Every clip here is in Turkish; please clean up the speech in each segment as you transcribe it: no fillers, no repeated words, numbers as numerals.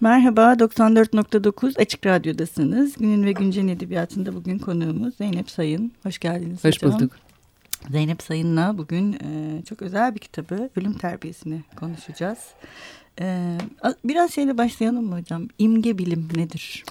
Merhaba, 94.9 Açık Radyo'dasınız. Günün ve Güncel Edebiyatı'nda bugün konuğumuz Zeynep Sayın. Hoş geldiniz hocam. Hoş bulduk. Zeynep Sayın'la bugün çok özel bir kitabı, Ölüm Terbiyesi'ni konuşacağız. Biraz şeyle başlayalım mı hocam? İmge bilim nedir?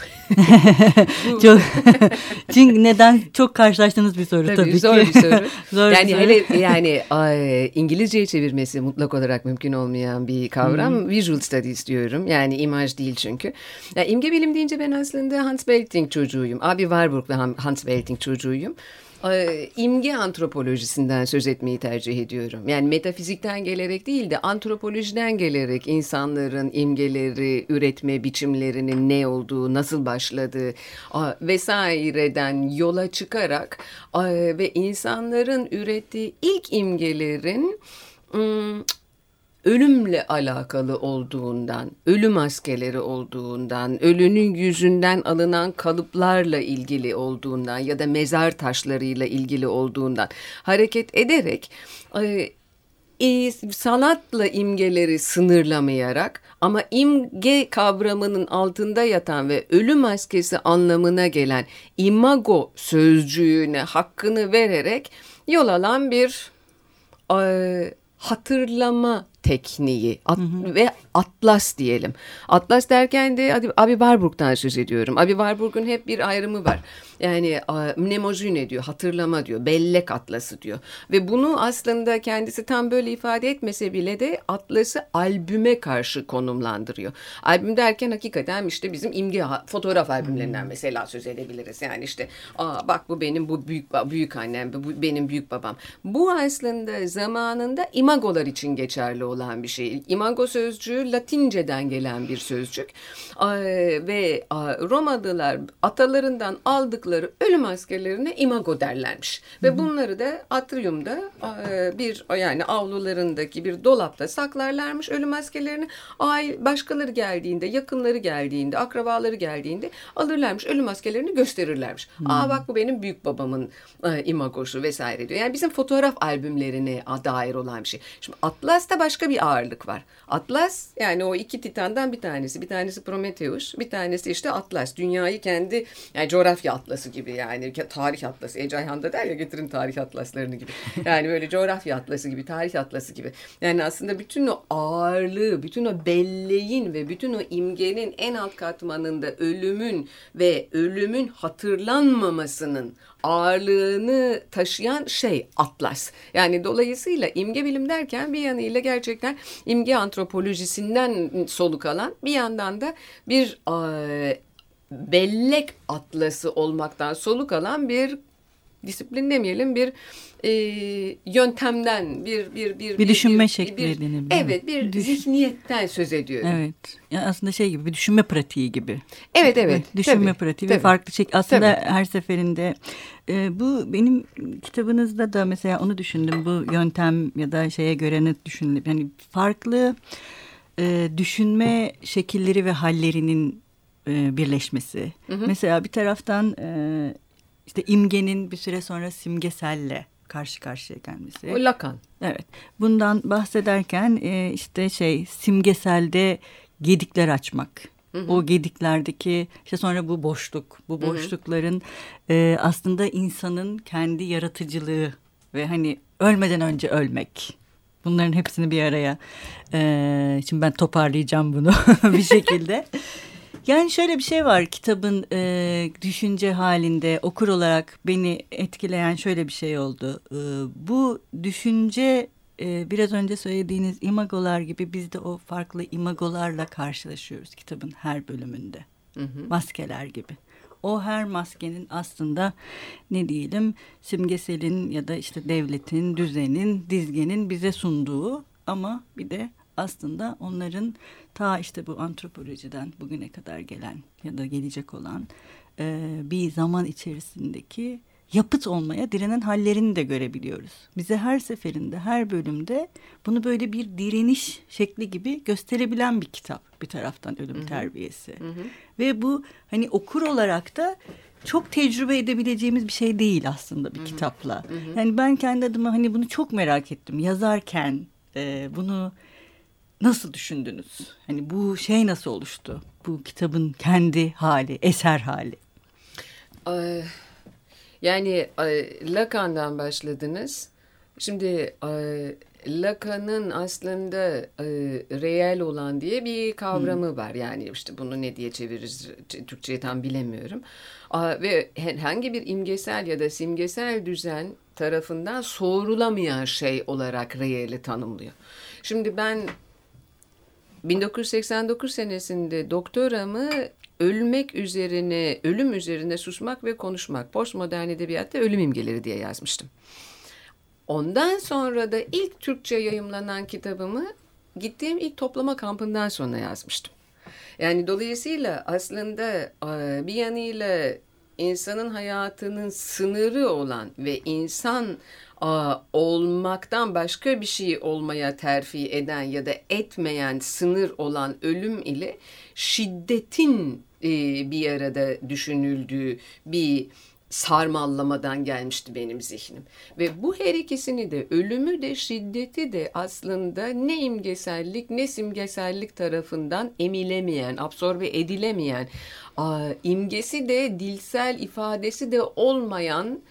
Çünkü neden çok karşılaştığınız bir soru tabii ki. Zor bir soru. Zor yani bir soru. hele İngilizceye çevirmesi mutlak olarak mümkün olmayan bir kavram. Visual studies diyorum. Yani imaj değil çünkü. Yani imge bilim deyince ben aslında Hans Belting çocuğuyum. Abi Warburg ve Hans Belting çocuğuyum. İmge antropolojisinden söz etmeyi tercih ediyorum. Yani metafizikten gelerek değil de antropolojiden gelerek insanların imgeleri, üretme biçimlerinin ne olduğu, nasıl başladığı vesaireden yola çıkarak ve insanların ürettiği ilk imgelerin ölümle alakalı olduğundan, ölü maskeleri olduğundan, ölünün yüzünden alınan kalıplarla ilgili olduğundan ya da mezar taşlarıyla ilgili olduğundan hareket ederek sanatla imgeleri sınırlamayarak ama imge kavramının altında yatan ve ölü maskesi anlamına gelen imago sözcüğüne hakkını vererek yol alan bir hatırlama tekniği ve atlas diyelim. Atlas derken de Abi Warburg'dan söz ediyorum. Abi Warburg'un hep bir ayrımı var. Yani mnemosyne diyor, hatırlama diyor, bellek atlası diyor. Ve bunu aslında kendisi tam böyle ifade etmese bile de atlası albüme karşı konumlandırıyor. Albüm derken hakikaten işte bizim imge fotoğraf albümlerinden mesela söz edebiliriz. Yani işte bak bu benim bu büyük annem, bu benim büyük babam. Bu aslında zamanında imagolar için geçerli olan bir şey. Imago sözcüğü Latinceden gelen bir sözcük. Ve Romalılar atalarından aldıkları ölü maskelerine imago derlermiş. Ve bunları da atriumda bir yani avlularındaki bir dolapta saklarlarmış ölü maskelerini. Başkaları geldiğinde, yakınları geldiğinde, akrabaları geldiğinde alırlarmış ölü maskelerini gösterirlermiş. Bak bu benim büyük babamın imagosu vesaire diyor. Yani bizim fotoğraf albümlerine dair olan bir şey. Şimdi Atlas'ta başka bir ağırlık var. Atlas yani o iki titandan bir tanesi. Bir tanesi Prometheus, bir tanesi işte Atlas. Dünyayı kendi yani coğrafya atlası gibi yani tarih atlası. Ece Ayhan da der ya getirin tarih atlaslarını gibi. Yani böyle coğrafya atlası gibi, tarih atlası gibi. Yani aslında bütün o ağırlığı, bütün o belleğin ve bütün o imgenin en alt katmanında ölümün ve ölümün hatırlanmamasının ağırlığını taşıyan şey atlas. Yani dolayısıyla imge bilim derken bir yanıyla gerçekten imge antropolojisinden soluk alan bir yandan da bir bellek atlası olmaktan soluk alan bir disiplin demeyelim bir yöntemden bir düşünme şekli denir. Evet bir zihniyetten söz ediyorum. Evet. Yani aslında şey gibi bir düşünme pratiği gibi. Evet. Düşünme pratiği ve farklı şekil. Aslında her seferinde bu benim kitabınızda da mesela onu düşündüm. Bu yöntem ya da şeye göre ne düşündüm. Yani farklı düşünme şekilleri ve hallerinin birleşmesi. Mesela bir taraftan işte imgenin bir süre sonra simgeselle karşı karşıya gelmesi. O Lacan. Evet. Bundan bahsederken işte simgeselde gedikler açmak. O gediklerdeki işte sonra bu boşlukların aslında insanın kendi yaratıcılığı ve hani ölmeden önce ölmek. Bunların hepsini bir araya şimdi ben toparlayacağım bunu bir şekilde. Yani şöyle bir şey var kitabın düşünce halinde okur olarak beni etkileyen şöyle bir şey oldu. Bu düşünce biraz önce söylediğiniz imagolar gibi biz de o farklı imagolarla karşılaşıyoruz kitabın her bölümünde. Maskeler gibi. O her maskenin aslında ne diyelim simgeselin ya da işte devletin, düzenin, dizgenin bize sunduğu ama bir de aslında onların ta işte bu antropolojiden bugüne kadar gelen ya da gelecek olan bir zaman içerisindeki yapıt olmaya direnen hallerini de görebiliyoruz. Bize her seferinde, her bölümde bunu böyle bir direniş şekli gibi gösterebilen bir kitap bir taraftan Ölüm Terbiyesi. Ve bu hani okur olarak da çok tecrübe edebileceğimiz bir şey değil aslında bir kitapla. Yani ben kendi adıma hani bunu çok merak ettim yazarken bunu nasıl düşündünüz? Hani bu şey nasıl oluştu? Bu kitabın kendi hali, eser hali. Yani Lacan'dan başladınız. Şimdi Lacan'ın aslında reel olan diye bir kavramı var. Yani işte bunu ne diye çeviririz Türkçe'ye tam bilemiyorum. Ve herhangi bir imgesel ya da simgesel düzen tarafından soğurulamayan şey olarak reeli tanımlıyor. Şimdi ben 1989 senesinde doktoramı ölüm üzerine susmak ve konuşmak, postmodern edebiyatta ölüm imgeleri diye yazmıştım. Ondan sonra da ilk Türkçe yayımlanan kitabımı gittiğim ilk toplama kampından sonra yazmıştım. Yani dolayısıyla aslında bir yanıyla insanın hayatının sınırı olan ve insan olmaktan başka bir şey olmaya terfi eden ya da etmeyen sınır olan ölüm ile şiddetin bir arada düşünüldüğü bir sarmallamadan gelmişti benim zihnim. Ve bu her ikisini de, ölümü de şiddeti de aslında ne imgesellik ne simgesellik tarafından emilemeyen, absorbe edilemeyen, imgesi de dilsel ifadesi de olmayan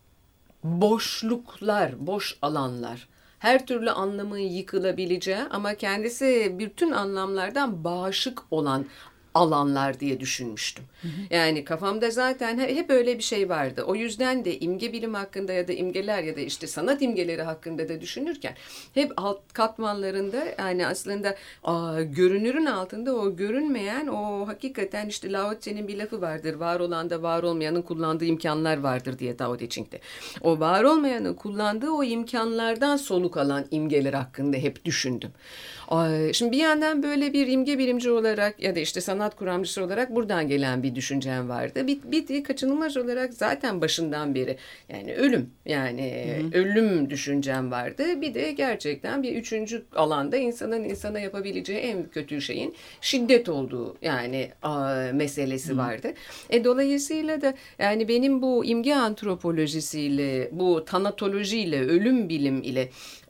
boşluklar, boş alanlar. Her türlü anlamın yıkılabileceği ama kendisi bütün anlamlardan bağışık olan alanlar diye düşünmüştüm. Yani kafamda zaten hep öyle bir şey vardı. O yüzden de imge bilim hakkında ya da imgeler ya da işte sanat imgeleri hakkında da düşünürken hep alt katmanlarında yani aslında görünürün altında o görünmeyen, o hakikaten işte Lao Tse'nin bir lafı vardır. Var olan da var olmayanın kullandığı imkanlar vardır diye Tao Te Ching'de. O var olmayanın kullandığı o imkanlardan soluk alan imgeler hakkında hep düşündüm. Şimdi bir yandan böyle bir imge bilimci olarak ya da işte sanat kuramcısı olarak buradan gelen bir düşüncem vardı. Bir kaçınılmaz olarak zaten başından beri yani ölüm yani ölüm düşüncem vardı. Bir de gerçekten bir üçüncü alanda insanın insana yapabileceği en kötü şeyin şiddet olduğu yani meselesi vardı. Dolayısıyla da yani benim bu imge antropolojisiyle, bu tanatolojiyle, ölüm bilim ile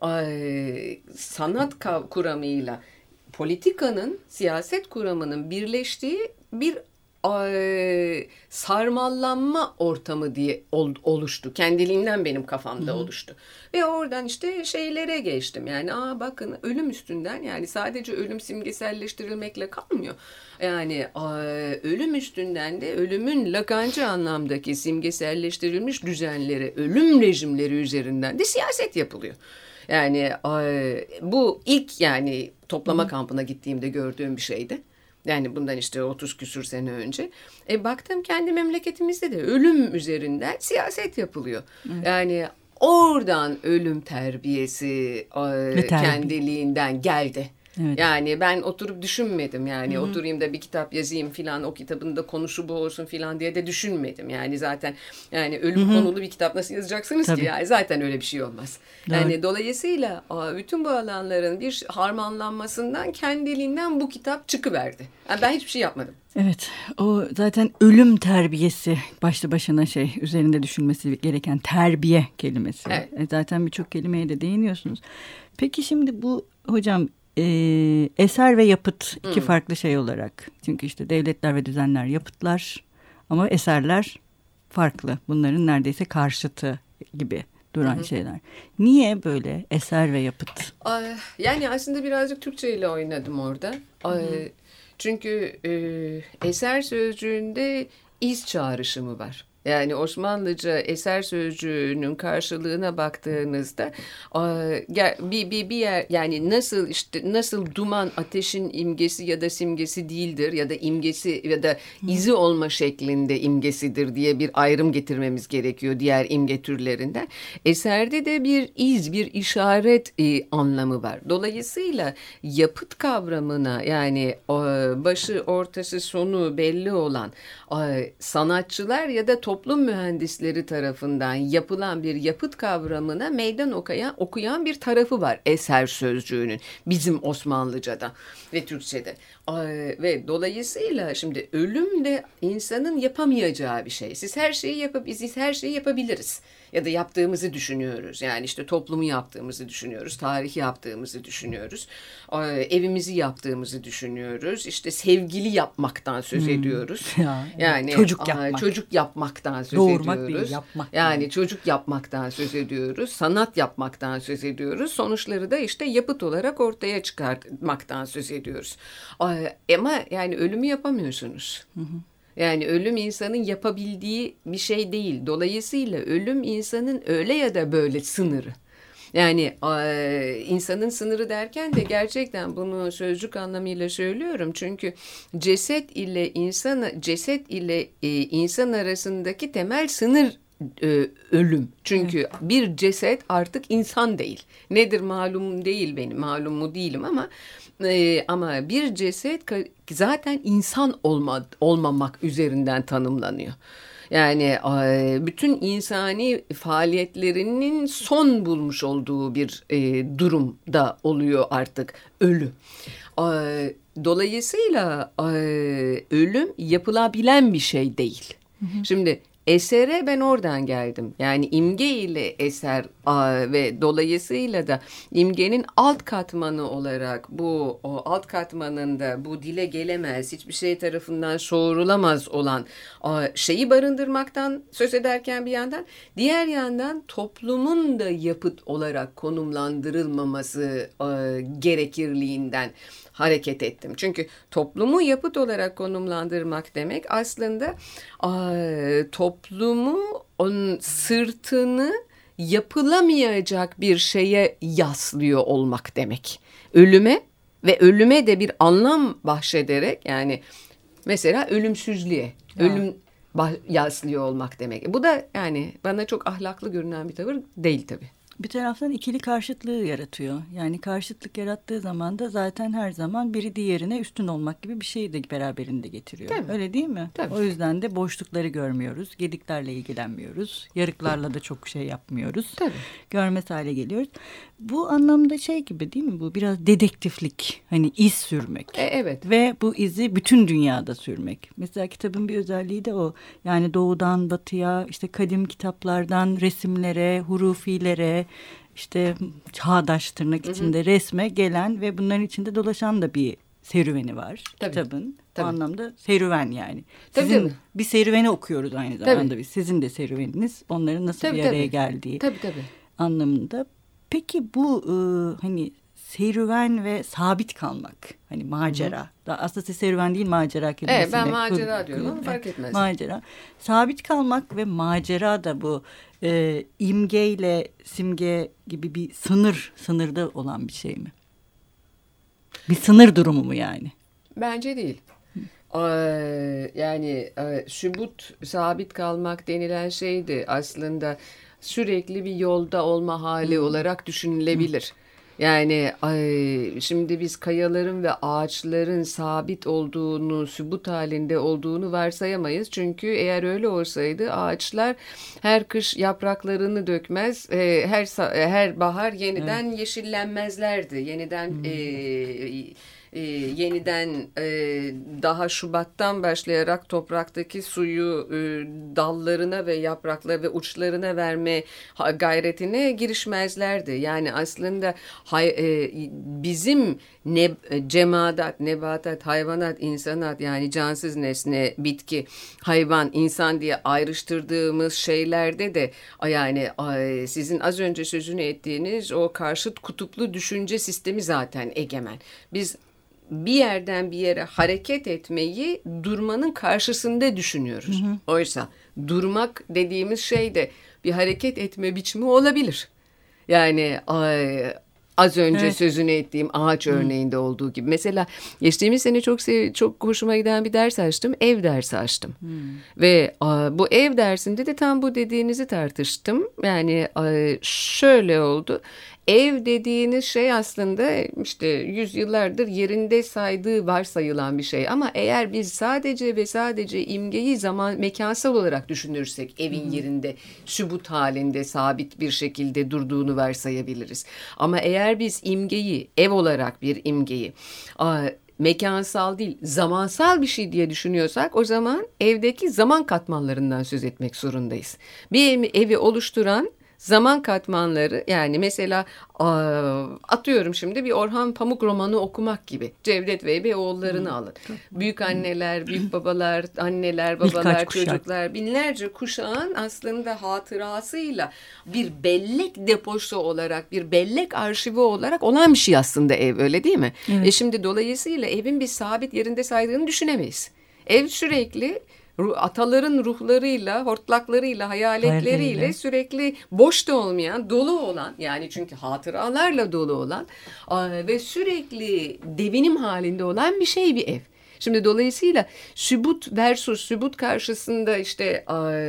sanat kuramıyla politikanın, siyaset kuramının birleştiği bir sarmallanma ortamı diye oluştu. Kendiliğinden benim kafamda oluştu. Ve oradan işte şeylere geçtim. Yani bakın ölüm üstünden yani sadece ölüm simgeselleştirilmekle kalmıyor. Yani ölüm üstünden de ölümün Lacan'cı anlamdaki simgeselleştirilmiş düzenleri, ölüm rejimleri üzerinden de siyaset yapılıyor. Yani bu ilk yani toplama kampına gittiğimde gördüğüm bir şeydi. Yani bundan işte 30 küsür sene önce. Baktım kendi memleketimizde de ölüm üzerinden siyaset yapılıyor. Yani oradan ölüm terbiyesi kendiliğinden geldi. Evet. Yani ben oturup düşünmedim yani oturayım da bir kitap yazayım filan o kitabın da konusu bu olsun filan diye de düşünmedim. Yani zaten yani ölüm konulu bir kitap nasıl yazacaksınız ki yani zaten öyle bir şey olmaz. Doğru. Yani dolayısıyla bütün bu alanların bir harmanlanmasından kendiliğinden bu kitap çıkıverdi. Yani ben hiçbir şey yapmadım. Evet, o zaten ölüm terbiyesi başlı başına üzerinde düşünmesi gereken terbiye kelimesi. Evet. Zaten birçok kelimeye de değiniyorsunuz. Peki şimdi bu hocam eser ve yapıt iki farklı şey olarak. Çünkü işte devletler ve düzenler yapıtlar ama eserler farklı. Bunların neredeyse karşıtı gibi duran şeyler. Niye böyle eser ve yapıt? Yani aslında birazcık Türkçe ile oynadım orada. Çünkü eser sözcüğünde iz çağrışımı var. Yani Osmanlıca eser sözcüğünün karşılığına baktığınızda bir yer yani nasıl duman ateşin imgesi ya da simgesi değildir ya da imgesi ya da izi olma şeklinde imgesidir diye bir ayrım getirmemiz gerekiyor diğer imge türlerinden. Eserde de bir iz, bir işaret anlamı var. Dolayısıyla yapıt kavramına yani başı, ortası, sonu belli olan sanatçılar ya da toplum mühendisleri tarafından yapılan bir yapıt kavramına meydan okuyan bir tarafı var eser sözcüğünün bizim Osmanlıca'da ve Türkçe'de. Ve dolayısıyla şimdi ölüm de insanın yapamayacağı bir şey. Biz her şeyi yapabiliriz. ya da yaptığımızı düşünüyoruz. Yani işte toplumu yaptığımızı düşünüyoruz, tarihi yaptığımızı düşünüyoruz, evimizi yaptığımızı düşünüyoruz. İşte sevgili yapmaktan söz ediyoruz. Ya, evet. Yani çocuk yapmaktan söz Doğurmak ediyoruz. değil, yapmak. Yani çocuk yapmaktan söz ediyoruz, sanat yapmaktan söz ediyoruz. Sonuçları da işte yapıt olarak ortaya çıkartmaktan söz ediyoruz. Ama yani ölümü yapamıyorsunuz. Yani ölüm insanın yapabildiği bir şey değil. Dolayısıyla ölüm insanın öyle ya da böyle sınırı. Yani insanın sınırı derken de gerçekten bunu sözcük anlamıyla söylüyorum. Çünkü ceset ile insan arasındaki temel sınır ölüm. Çünkü bir ceset artık insan değil. Nedir malum değil, benim malum mu değilim ama bir ceset zaten insan olmamak üzerinden tanımlanıyor. Yani bütün insani faaliyetlerinin son bulmuş olduğu bir durumda oluyor artık ölü. Dolayısıyla ölüm yapılabilen bir şey değil. Şimdi esere ben oradan geldim. Yani imge ile eser ve dolayısıyla da imgenin alt katmanı olarak o alt katmanında bu dile gelemez, hiçbir şey tarafından soğurulamaz olan şeyi barındırmaktan söz ederken bir yandan, diğer yandan toplumun da yapıt olarak konumlandırılmaması gerekirliğinden hareket ettim. Çünkü toplumu yapıt olarak konumlandırmak demek aslında toplumun sırtını yapılamayacak bir şeye yaslıyor olmak demek. Ölüme de bir anlam bahşederek, yani mesela ölümsüzlüğe, ölüm yaslıyor olmak demek. Bu da yani bana çok ahlaklı görünen bir tavır değil tabii. Bir taraftan ikili karşıtlığı yaratıyor. Yani karşıtlık yarattığı zaman da zaten her zaman biri diğerine üstün olmak gibi bir şeyi de beraberinde getiriyor. Tabii. Öyle değil mi? Tabii. O yüzden de boşlukları görmüyoruz. Gediklerle ilgilenmiyoruz. Yarıklarla da çok şey yapmıyoruz. Tabii. Görmez hale geliyoruz. Bu anlamda şey gibi değil mi? Bu biraz dedektiflik. Hani iz sürmek. Evet. Ve bu izi bütün dünyada sürmek. Mesela kitabın bir özelliği de o. Yani doğudan batıya, işte kadim kitaplardan resimlere, hurufilere, işte çağdaş tırnak içinde resme gelen ve bunların içinde dolaşan da bir serüveni var kitabın. Tabii. Bu anlamda serüven yani. Tabii. Bir serüveni okuyoruz aynı zamanda biz. Sizin de serüveniniz, onların nasıl bir araya geldiği anlamında. Peki bu hani serüven ve sabit kalmak, hani macera. Aslında serüven değil, macera kelimesine. Evet, ben macera diyorum ama fark etmez. Macera. Sabit kalmak ve macera da bu imgeyle simge gibi bir sınırda olan bir şey mi? Bir sınır durumu mu yani? Bence değil. Yani şubut, sabit kalmak denilen şeydi aslında sürekli bir yolda olma hali olarak düşünülebilir. Yani şimdi biz kayaların ve ağaçların sabit olduğunu, sübut halinde olduğunu varsayamayız. Çünkü eğer öyle olsaydı ağaçlar her kış yapraklarını dökmez, her bahar yeniden yeşillenmezlerdi. Yeniden daha Şubat'tan başlayarak topraktaki suyu dallarına ve yapraklara ve uçlarına verme gayretine girişmezlerdi. Yani aslında bizim cemaat, nebatat, hayvanat, insanat, yani cansız nesne, bitki, hayvan, insan diye ayrıştırdığımız şeylerde de yani sizin az önce sözünü ettiğiniz o karşıt kutuplu düşünce sistemi zaten egemen. Biz bir yerden bir yere hareket etmeyi durmanın karşısında düşünüyoruz. Oysa durmak dediğimiz şey de bir hareket etme biçimi olabilir. Yani az önce sözünü ettiğim ağaç örneğinde olduğu gibi. Mesela geçtiğimiz sene çok hoşuma giden bir ders açtım. Ev dersi açtım. Ve bu ev dersinde de tam bu dediğinizi tartıştım. Yani şöyle oldu. Ev dediğiniz şey aslında işte yüzyıllardır yerinde saydığı varsayılan bir şey. Ama eğer biz sadece ve sadece imgeyi mekansal olarak düşünürsek evin yerinde, sübut halinde, sabit bir şekilde durduğunu varsayabiliriz. Ama eğer biz imgeyi, ev olarak bir imgeyi mekansal değil, zamansal bir şey diye düşünüyorsak o zaman evdeki zaman katmanlarından söz etmek zorundayız. Bir evi oluşturan zaman katmanları, yani mesela atıyorum şimdi bir Orhan Pamuk romanı okumak gibi. Cevdet ve Beyoğulları'nı alın. Büyük anneler, büyük babalar, anneler, babalar, çocuklar, binlerce kuşağın aslında hatırasıyla bir bellek deposu olarak, bir bellek arşivi olarak olan bir şey aslında ev, öyle değil mi? Evet. Şimdi dolayısıyla evin bir sabit yerinde saydığını düşünemeyiz. Ev sürekli ataların ruhlarıyla, hortlaklarıyla, hayaletleriyle sürekli boş da olmayan, dolu olan, yani çünkü hatıralarla dolu olan ve sürekli devinim halinde olan bir şey bir ev. Şimdi dolayısıyla sübut versus sübut karşısında işte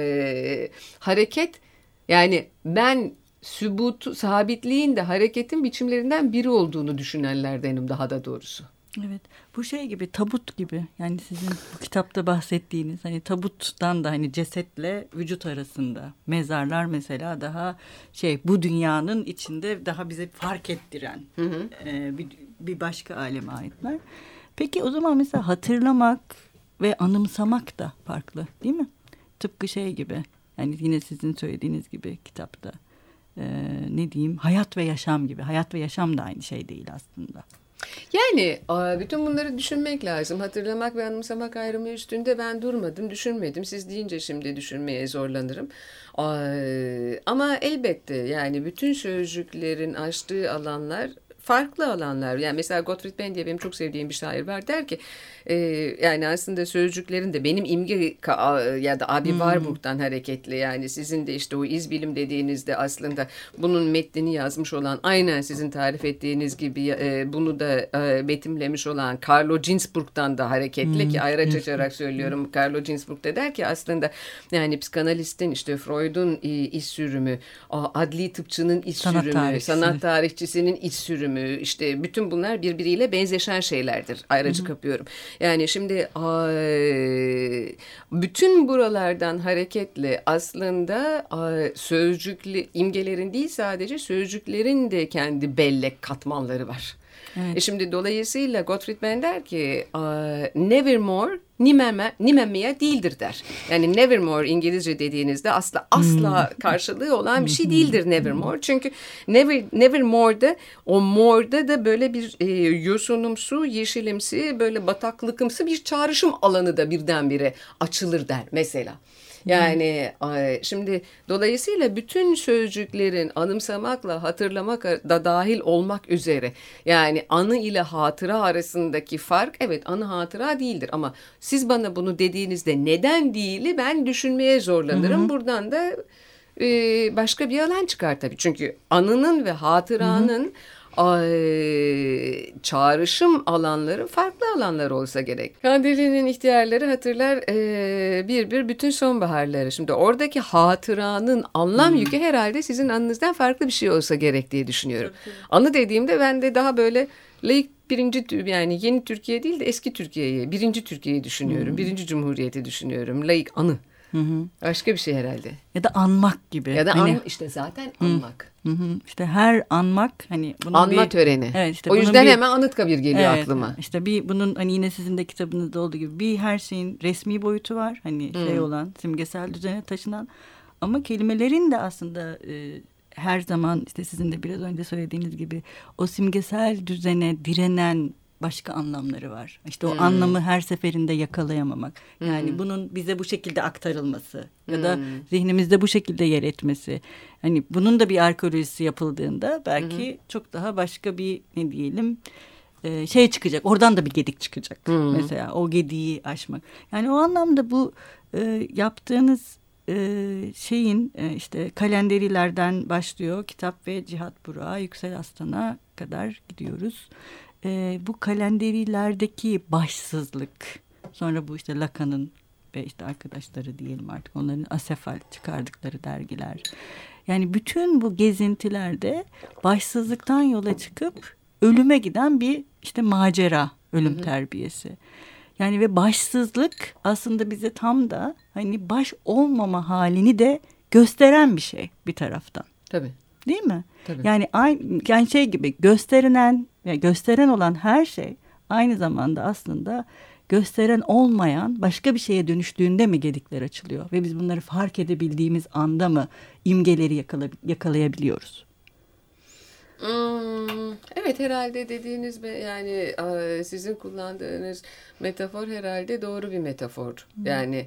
hareket, yani ben sabitliğin de hareketin biçimlerinden biri olduğunu düşünenlerdenim daha da doğrusu. Evet, bu şey gibi, tabut gibi, yani sizin bu kitapta bahsettiğiniz hani tabuttan da hani cesetle vücut arasında mezarlar mesela daha bu dünyanın içinde daha bize fark ettiren bir başka aleme aitler. Peki o zaman mesela hatırlamak ve anımsamak da farklı değil mi? Tıpkı gibi, yani yine sizin söylediğiniz gibi kitapta ne diyeyim, hayat ve yaşam gibi. Hayat ve yaşam da aynı şey değil aslında. Yani bütün bunları düşünmek lazım. Hatırlamak ve anımsamak ayrımı üstünde ben durmadım, düşünmedim. Siz deyince şimdi düşünmeye zorlanırım. Ama elbette yani bütün sözcüklerin açtığı alanlar farklı alanlar. Yani mesela Gottfried Benn diye benim çok sevdiğim bir şair var, der ki yani aslında sözcüklerin de benim imge ya da Abi Warburg'dan hareketli, yani sizin de işte o izbilim dediğinizde aslında bunun metnini yazmış olan, aynen sizin tarif ettiğiniz gibi bunu da betimlemiş olan Carlo Ginzburg'dan da hareketli ki ayrıca açarak söylüyorum. Carlo Ginzburg da der ki aslında yani psikanalistin, işte Freud'un iç sürümü, adli tıpçının iç sürümü, sanat tarihçisinin iç sürümü, işte bütün bunlar birbiriyle benzeşen şeylerdir. Ayrıca kapıyorum. Yani şimdi bütün buralardan hareketle aslında sözcükli imgelerin değil, sadece sözcüklerin de kendi bellek katmanları var. Evet. Şimdi dolayısıyla Gottfried Benn der ki nevermore nimemeye değildir der. Yani nevermore İngilizce dediğinizde asla karşılığı olan bir şey değildir nevermore. Çünkü nevermore'da, o more'da da böyle bir yosunumsu, yeşilimsi, böyle bataklıkımsı bir çağrışım alanı da birdenbire açılır der mesela. Yani şimdi dolayısıyla bütün sözcüklerin anımsamakla hatırlamak da dahil olmak üzere, yani anı ile hatıra arasındaki fark, evet, anı hatıra değildir ama siz bana bunu dediğinizde neden değili ben düşünmeye zorlanırım. Buradan da başka bir alan çıkar tabii. Çünkü anının ve hatıranın çağrışım alanları farklı alanlar olsa gerek. Kandilli'nin ihtiyarları hatırlar bir bütün sonbaharları. Şimdi oradaki hatıranın anlam yükü herhalde sizin anınızdan farklı bir şey olsa gerek diye düşünüyorum. Anı dediğimde ben de daha böyle laik yani yeni Türkiye değil de eski Türkiye'yi, birinci Türkiye'yi düşünüyorum. Birinci Cumhuriyeti düşünüyorum. Laik anı. Başka bir şey herhalde. Ya da anmak gibi. Ya da işte zaten anmak. İşte her anmak, hani bunun anma töreni. Evet, işte o yüzden hemen Anıtkabir geliyor aklıma. İşte bunun hani yine sizin de kitabınızda olduğu gibi her şeyin resmi boyutu var. Hani olan simgesel düzene taşınan, ama kelimelerin de aslında her zaman işte sizin de biraz önce söylediğiniz gibi o simgesel düzene direnen başka anlamları var. İşte o anlamı her seferinde yakalayamamak. Yani bunun bize bu şekilde aktarılması ya da zihnimizde bu şekilde yer etmesi. Hani bunun da bir arkeolojisi yapıldığında belki çok daha başka bir, ne diyelim, çıkacak. Oradan da bir gedik çıkacak. Mesela o gediği aşmak. Yani o anlamda bu yaptığınız işte kalenderilerden başlıyor. Kitap ve Cihat Burak'a, Yüksel Aslan'a kadar gidiyoruz. Bu kalenderilerdeki başsızlık, sonra bu işte Lacan'ın ve işte arkadaşları diyelim artık, onların Asefal çıkardıkları dergiler. Yani bütün bu gezintilerde başsızlıktan yola çıkıp ölüme giden bir işte macera, ölüm terbiyesi. Yani ve başsızlık aslında bize tam da hani baş olmama halini de gösteren bir şey bir taraftan. Tabii. Değil mi? Tabii. Yani gibi gösteren olan her şey aynı zamanda aslında gösteren olmayan başka bir şeye dönüştüğünde mi gedikler açılıyor? Ve biz bunları fark edebildiğimiz anda mı imgeleri yakalayabiliyoruz? Evet, herhalde dediğiniz yani sizin kullandığınız metafor herhalde doğru bir metafor. Yani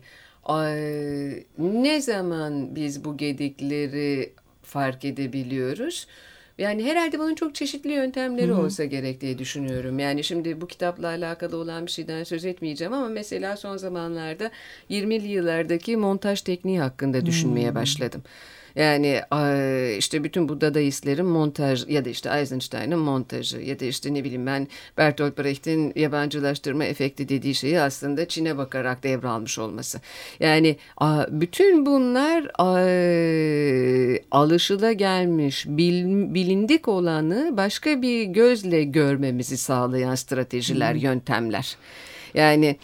ne zaman biz bu gedikleri fark edebiliyoruz? Yani herhalde bunun çok çeşitli yöntemleri olsa gerek diye düşünüyorum. Yani şimdi bu kitapla alakalı olan bir şeyden söz etmeyeceğim ama mesela son zamanlarda 20'li yıllardaki montaj tekniği hakkında düşünmeye başladım. Yani işte bütün bu Dadaistlerin montaj ya da işte Eisenstein'ın montajı ya da işte ne bileyim ben Bertolt Brecht'in yabancılaştırma efekti dediği şeyi aslında Çin'e bakarak devralmış olması. Yani bütün bunlar alışılagelmiş, bilindik olanı başka bir gözle görmemizi sağlayan stratejiler, yöntemler. Yani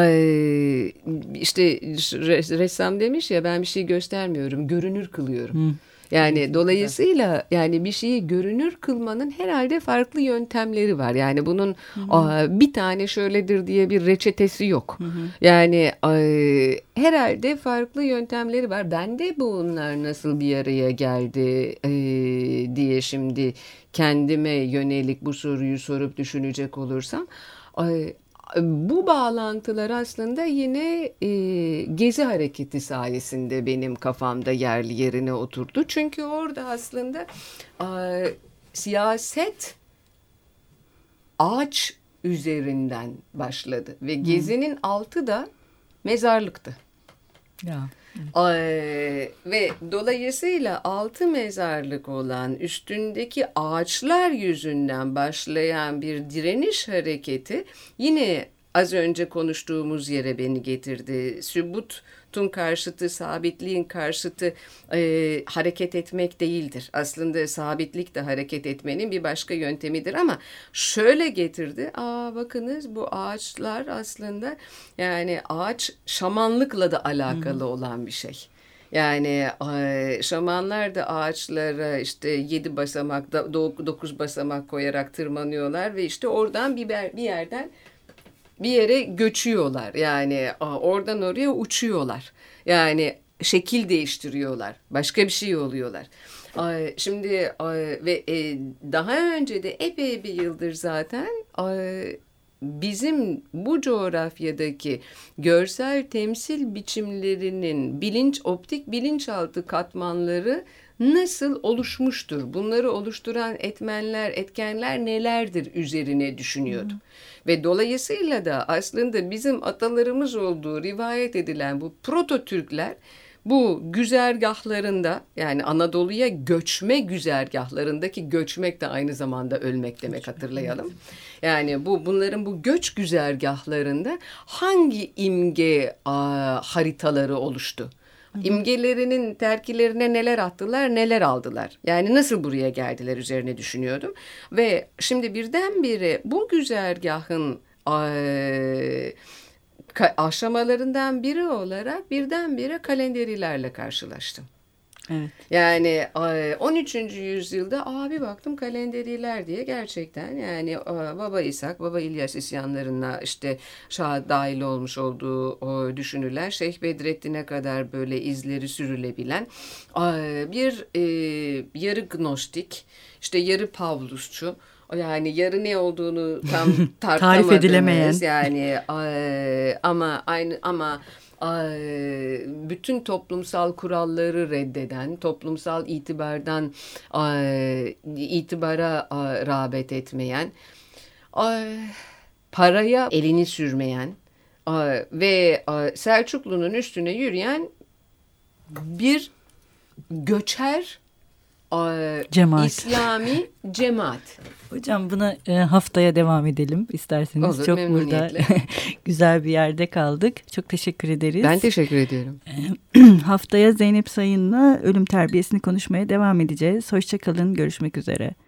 işte ressam demiş ya, ben bir şey göstermiyorum, görünür kılıyorum. Yani dolayısıyla yani bir şeyi görünür kılmanın herhalde farklı yöntemleri var. Yani bunun bir tane şöyledir diye bir reçetesi yok. Yani herhalde farklı yöntemleri var. Ben de bunlar nasıl bir araya geldi diye şimdi kendime yönelik bu soruyu sorup düşünecek olursam... Bu bağlantılar aslında yine Gezi Hareketi sayesinde benim kafamda yerli yerine oturdu. Çünkü orada aslında siyaset ağaç üzerinden başladı. Ve Gezi'nin altı da mezarlıktı. Ya. Ve dolayısıyla altı mezarlık olan, üstündeki ağaçlar yüzünden başlayan bir direniş hareketi yine az önce konuştuğumuz yere beni getirdi. Sübutun karşıtı, sabitliğin karşıtı hareket etmek değildir. Aslında sabitlik de hareket etmenin bir başka yöntemidir ama şöyle getirdi. Bakınız, bu ağaçlar aslında, yani ağaç şamanlıkla da alakalı olan bir şey. Yani şamanlar da ağaçlara işte 7 basamak, 9 basamak koyarak tırmanıyorlar ve işte oradan bir yerden bir yere göçüyorlar. Yani oradan oraya uçuyorlar. Yani şekil değiştiriyorlar. Başka bir şey oluyorlar. Şimdi ve daha önce de epey bir yıldır zaten bizim bu coğrafyadaki görsel temsil biçimlerinin optik bilinçaltı katmanları nasıl oluşmuştur? Bunları oluşturan etkenler nelerdir üzerine düşünüyordum. Ve dolayısıyla da aslında bizim atalarımız olduğu rivayet edilen bu Proto-Türkler bu güzergahlarında, yani Anadolu'ya göçme güzergahlarındaki göçmek de aynı zamanda ölmek demek, hatırlayalım. Yani bunların bu göç güzergahlarında hangi imge haritaları oluştu? İmgelerinin terkilerine neler attılar, neler aldılar? Yani nasıl buraya geldiler üzerine düşünüyordum. Ve şimdi birdenbire bu güzergahın aşamalarından biri olarak birdenbire kalenderilerle karşılaştım. Evet. Yani 13. yüzyılda bir baktım kalenderiler diye, gerçekten yani Baba İshak, Baba İlyas isyanlarına işte Şah dahil olmuş olduğu düşünülen, Şeyh Bedrettin'e kadar böyle izleri sürülebilen bir yarı gnostik, işte yarı Pavlusçu, yani yarı ne olduğunu tam tarif edilemeyen, yani ama bütün toplumsal kuralları reddeden, toplumsal itibara rağbet etmeyen, paraya elini sürmeyen ve Selçuklu'nun üstüne yürüyen bir göçer cemaat. İslami cemaat. Hocam buna haftaya devam edelim isterseniz. Olur, çok burada güzel bir yerde kaldık. Çok teşekkür ederiz. Ben teşekkür ediyorum. Haftaya Zeynep Sayın'la ölüm terbiyesini konuşmaya devam edeceğiz. Hoşça kalın, görüşmek üzere.